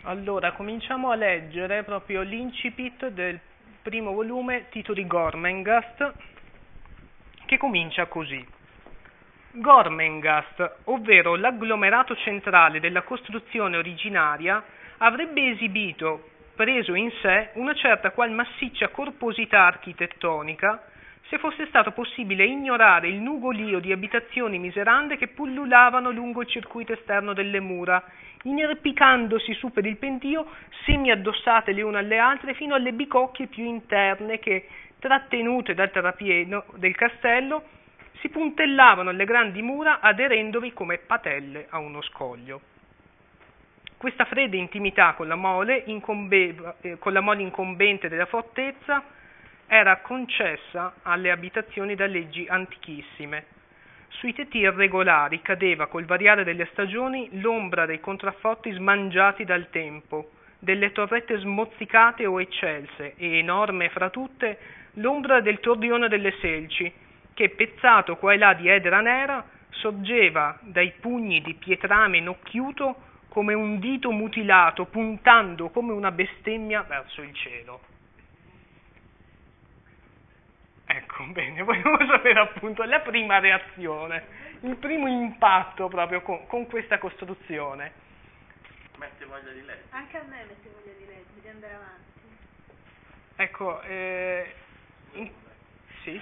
Allora, cominciamo a leggere proprio l'incipit del primo volume Tito di Gormenghast, che comincia così. Gormenghast, ovvero l'agglomerato centrale della costruzione originaria, avrebbe esibito, preso in sé, una certa qual massiccia corposità architettonica, se fosse stato possibile ignorare il nugolio di abitazioni miserande che pullulavano lungo il circuito esterno delle mura, inerpicandosi su per il pendio, semi addossate le une alle altre, fino alle bicocche più interne che, trattenute dal terrapieno del castello, si puntellavano alle grandi mura aderendovi come patelle a uno scoglio. Questa fredda intimità con la mole incombente della fortezza era concessa alle abitazioni da leggi antichissime. Sui tetti irregolari cadeva col variare delle stagioni l'ombra dei contrafforti smangiati dal tempo, delle torrette smozzicate o eccelse e enorme fra tutte l'ombra del torrione delle selci, che pezzato qua e là di edera nera sorgeva dai pugni di pietrame nocchiuto come un dito mutilato puntando come una bestemmia verso il cielo. Ecco, bene, volevo sapere appunto la prima reazione, il primo impatto proprio con questa costruzione. Mette voglia di leggere. Anche a me mette voglia di leggere, di andare avanti. Ecco, sì.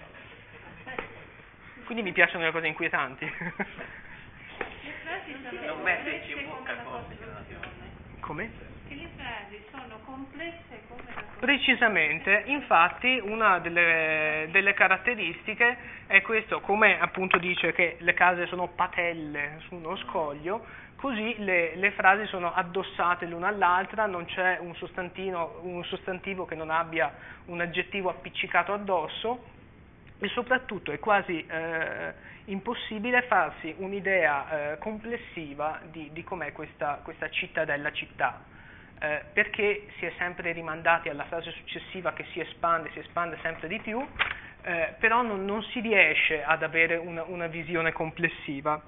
Quindi mi piacciono le cose inquietanti. Le frasi sono Non metterci in complesse bocca come la cose che non abbiamo. Come? Che le frasi sono complesse come la Precisamente, infatti una delle caratteristiche è questo, come appunto dice che le case sono patelle su uno scoglio, così le frasi sono addossate l'una all'altra, non c'è un sostantivo che non abbia un aggettivo appiccicato addosso e soprattutto è quasi impossibile farsi un'idea complessiva di com'è questa cittadella città. Perché si è sempre rimandati alla frase successiva che si espande sempre di più, però non si riesce ad avere una visione complessiva.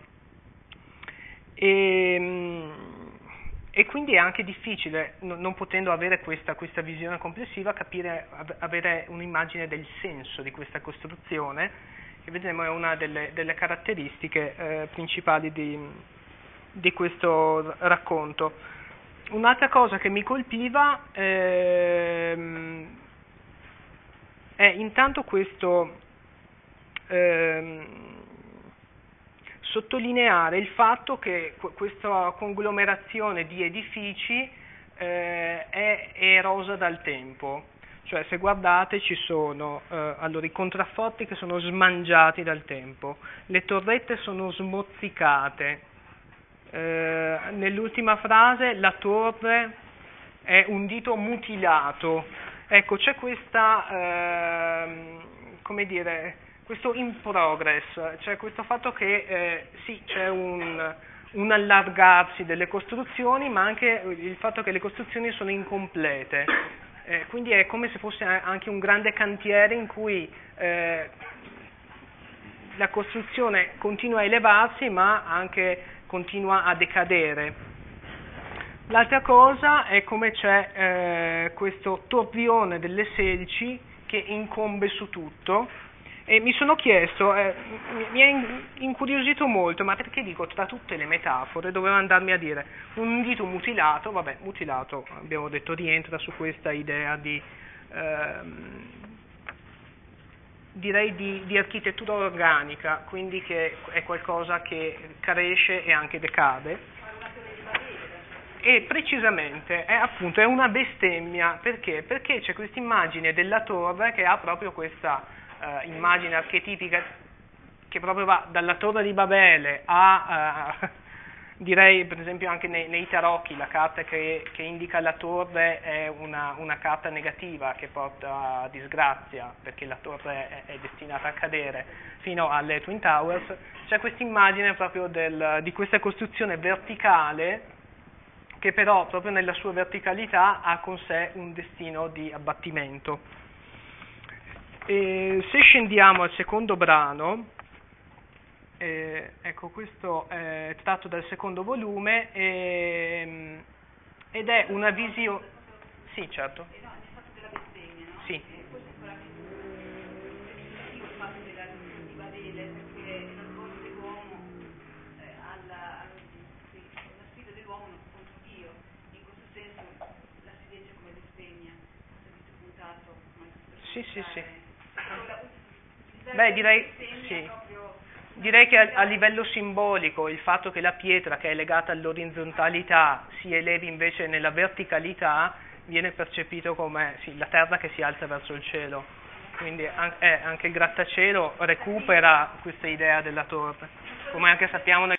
E quindi è anche difficile, non potendo avere questa visione complessiva, avere un'immagine del senso di questa costruzione, che vedremo è una delle caratteristiche principali di questo racconto. Un'altra cosa che mi colpiva è intanto questo sottolineare il fatto che questa conglomerazione di edifici è erosa dal tempo. Cioè, se guardate, ci sono allora i contrafforti che sono smangiati dal tempo, le torrette sono smozzicate. Nell'ultima frase la torre è un dito mutilato. Ecco, c'è questa, come dire, questo in progress, cioè questo fatto che sì, c'è un allargarsi delle costruzioni, ma anche il fatto che le costruzioni sono incomplete. Quindi è come se fosse anche un grande cantiere in cui la costruzione continua a elevarsi, ma anche continua a decadere. L'altra cosa è come c'è questo torrione delle selci che incombe su tutto, e mi sono chiesto, mi è incuriosito molto, ma perché dico tra tutte le metafore dovevo andarmi a dire un dito mutilato, vabbè, mutilato abbiamo detto rientra su questa idea direi di architettura organica, quindi che è qualcosa che cresce e anche decade. E precisamente è una bestemmia, perché? Perché c'è questa immagine della torre che ha proprio questa immagine archetipica che proprio va dalla torre di Babele direi per esempio anche nei tarocchi la carta che indica la torre è una carta negativa che porta a disgrazia, perché la torre è destinata a cadere, fino alle Twin Towers. C'è questa immagine proprio di questa costruzione verticale che però proprio nella sua verticalità ha con sé un destino di abbattimento. E se scendiamo al secondo brano, ecco, questo è tratto dal secondo volume ed è una visione... Sì, certo. nel fatto della bestemmia, no? Sì. Questo è sicuramente il fatto di Babele, perché la svolta dell'uomo la sfida dell'uomo contro Dio. In questo senso la si legge come bestemmia, servizio puntato, Sì. Beh, direi che a livello simbolico il fatto che la pietra, che è legata all'orizzontalità, si elevi invece nella verticalità, viene percepito come la terra che si alza verso il cielo. Quindi anche il grattacielo recupera questa idea della torre, come anche sappiamo